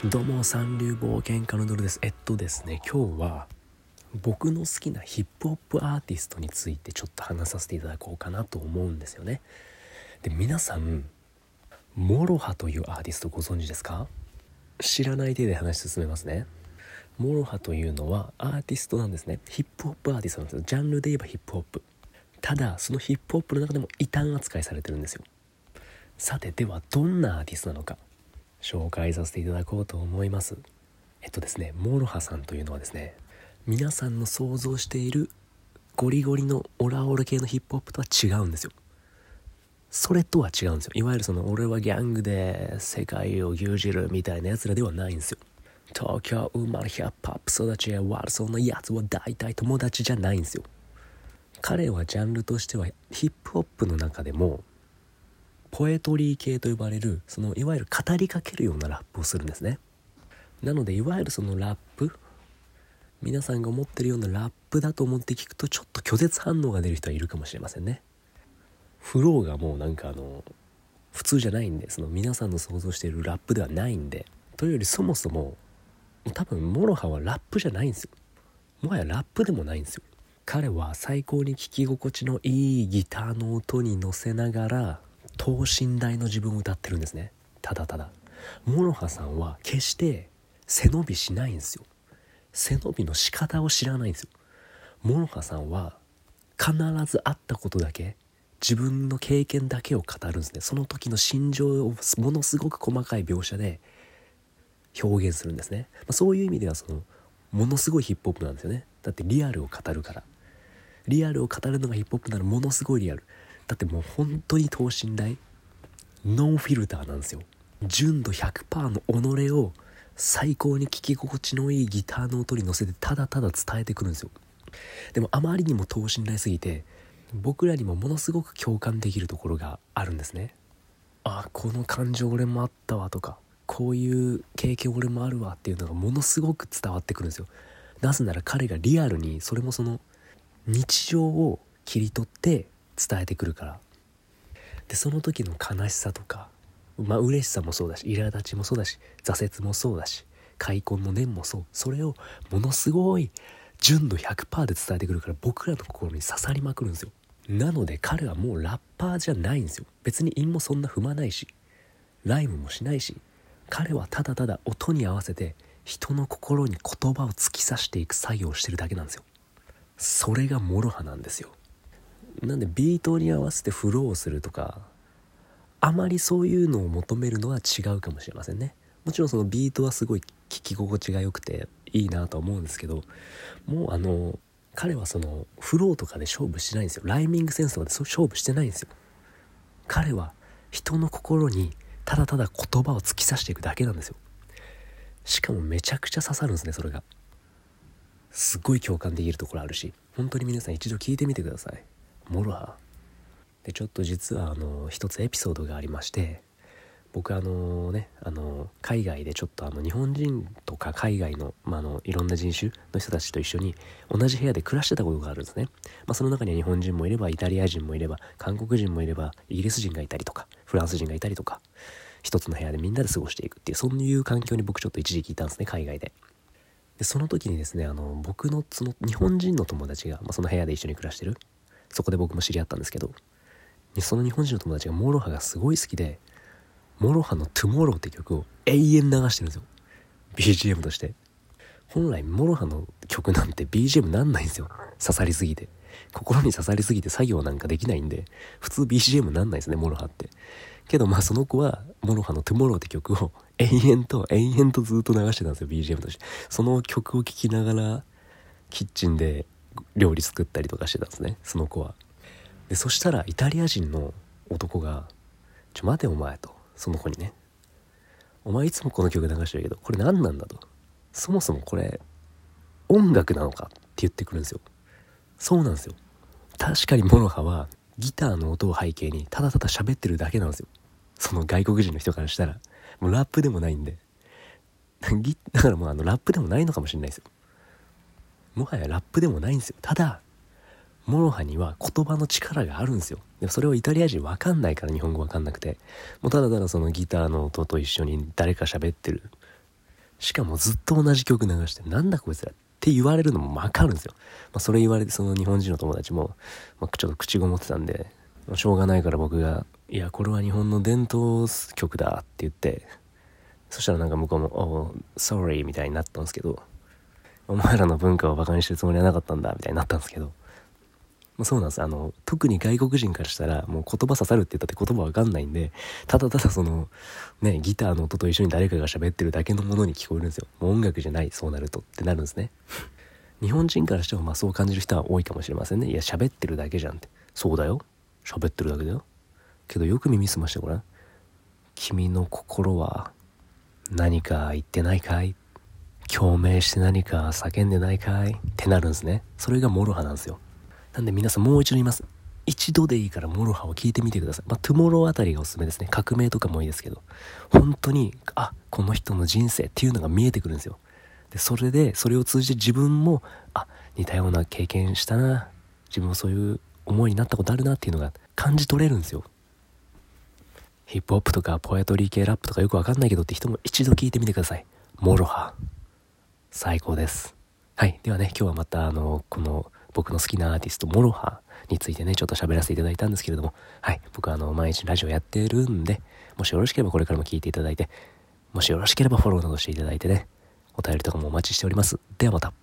どうも三流冒険家のドルです。ですね、今日は僕の好きなヒップホップアーティストについてちょっと話させていただこうかなと思うんですよね。で、皆さんモロハというアーティストご存知ですか？知らない手で話進めますね。モロハというのはアーティストなんですね。ヒップホップアーティストなんですよ。ジャンルで言えばヒップホップ。ただそのヒップホップの中でも異端扱いされてるんですよ。さて、ではどんなアーティストなのか紹介させていただこうと思います。ですね、モロハさんというのはですね、皆さんの想像しているゴリゴリのオラオラ系のヒップホップとは違うんですよ。それとは違うんですよ。いわゆるその俺はギャングで世界を牛耳るみたいなやつらではないんですよ。東京生まれヒップホップ育ちや悪そうなやつは大体友達じゃないんですよ。彼はジャンルとしてはヒップホップの中でもポエトリー系と呼ばれる、そのいわゆる語りかけるようなラップをするんですね。なのでいわゆるそのラップ、皆さんが思ってるようなラップだと思って聞くとちょっと拒絶反応が出る人はいるかもしれませんね。フローがもうなんか普通じゃないんで、その皆さんの想像しているラップではないんで、というよりそもそも多分モロハはラップじゃないんですよ。もはやラップでもないんですよ。彼は最高に聴き心地のいいギターの音に乗せながら等身大の自分を歌ってるんですね。ただただモロハさんは決して背伸びしないんですよ。背伸びの仕方を知らないんですよ。モロハさんは必ずあったことだけ、自分の経験だけを語るんですね。その時の心情をものすごく細かい描写で表現するんですね。そういう意味ではものすごいヒップホップなんですよね。だってリアルを語るから。リアルを語るのがヒップホップならものすごいリアル。だってもう本当に等身大、ノーフィルターなんですよ。純度 100% の己を最高に聴き心地のいいギターの音に乗せてただただ伝えてくるんですよ。でもあまりにも等身大すぎて僕らにもものすごく共感できるところがあるんですね。あ、この感情俺もあったわとか、こういう経験俺もあるわっていうのがものすごく伝わってくるんですよ。なぜなら彼がリアルにそれもその日常を切り取って伝えてくるから。でその時の悲しさとか、嬉しさもそうだし、苛立ちもそうだし、挫折もそうだし、開墾の念もそう、それをものすごい純度 100% で伝えてくるから僕らの心に刺さりまくるんですよ。なので彼はもうラッパーじゃないんですよ。別に韻もそんな踏まないしライムもしないし、彼はただただ音に合わせて人の心に言葉を突き刺していく作業をしてるだけなんですよ。それがモロハなんですよ。なんでビートに合わせてフローするとか、あまりそういうのを求めるのは違うかもしれませんね。もちろんそのビートはすごい聞き心地が良くていいなとは思うんですけど、もう彼はそのフローとかで勝負してないんですよ。ライミングセンスとかで勝負してないんですよ。彼は人の心にただただ言葉を突き刺していくだけなんですよ。しかもめちゃくちゃ刺さるんですね。それがすごい共感できるところあるし、本当に皆さん一度聞いてみてください。モロハで、ちょっと実は一つエピソードがありまして、僕海外でちょっと日本人とか海外の、いろんな人種の人たちと一緒に同じ部屋で暮らしてたことがあるんですね。その中には日本人もいればイタリア人もいれば韓国人もいればイギリス人がいたりとかフランス人がいたりとか、一つの部屋でみんなで過ごしていくっていう、そういう環境に僕ちょっと一時期いたんですね、海外で。でその時にですね、僕のその日本人の友達が、その部屋で一緒に暮らしてる、そこで僕も知り合ったんですけど、その日本人の友達がモロハがすごい好きで、モロハのトゥモローって曲を永遠流してるんですよ、 BGM として。本来モロハの曲なんて BGM なんないんですよ。刺さりすぎて、心に刺さりすぎて作業なんかできないんで普通 BGM なんないですね、モロハって。けどその子はモロハのトゥモローって曲を延々とずっと流してたんですよ、 BGM として。その曲を聴きながらキッチンで料理作ったりとかしてたんですね、その子は。でそしたらイタリア人の男が「待てお前」と、その子にね、「お前いつもこの曲流してるけどこれ何なんだ」と、そもそもこれ音楽なのかって言ってくるんですよ。そうなんですよ。確かにモロハはギターの音を背景にただただ喋ってるだけなんですよ。その外国人の人からしたらもうラップでもないんでだからもうラップでもないのかもしれないですよ。もはやラップでもないんですよ。ただモロハには言葉の力があるんですよ。でもそれをイタリア人分かんないから、日本語分かんなくて、もうただただそのギターの音と一緒に誰か喋ってるしかもずっと同じ曲流して、なんだこいつらって言われるのもわかるんですよ。それ言われて、その日本人の友達も、ちょっと口ごもってたんで、しょうがないから僕が、いやこれは日本の伝統曲だって言って、そしたらなんか向こうも「Oh sorry」みたいになったんですけど、お前らの文化をバカにしてるつもりはなかったんだみたいになったんですけど、そうなんです。特に外国人からしたらもう言葉刺さるって言ったって言葉わかんないんで、ただただそのねギターの音と一緒に誰かが喋ってるだけのものに聞こえるんですよ。もう音楽じゃない、そうなるとってなるんですね。日本人からしてもそう感じる人は多いかもしれませんね。いや喋ってるだけじゃんって。そうだよ、喋ってるだけだよ。けどよく耳すましてごらん。君の心は何か言ってないかい、共鳴して何か叫んでないかいってなるんですね。それがモロハなんですよ。なんで皆さんもう一度言います。一度でいいからモロハを聞いてみてください。トゥモローあたりがおすすめですね。革命とかもいいですけど、本当にこの人の人生っていうのが見えてくるんですよ。でそれを通じて自分も似たような経験したな、自分もそういう思いになったことあるなっていうのが感じ取れるんですよ。ヒップホップとかポエトリー系ラップとかよくわかんないけどって人も一度聞いてみてください。モロハ最高です。はい、ではね、今日はまたこの僕の好きなアーティストモロハについてねちょっと喋らせていただいたんですけれども、はい、僕は毎日ラジオやってるんで、もしよろしければこれからも聞いていただいて、もしよろしければフォローなどしていただいてね、お便りとかもお待ちしております。ではまた。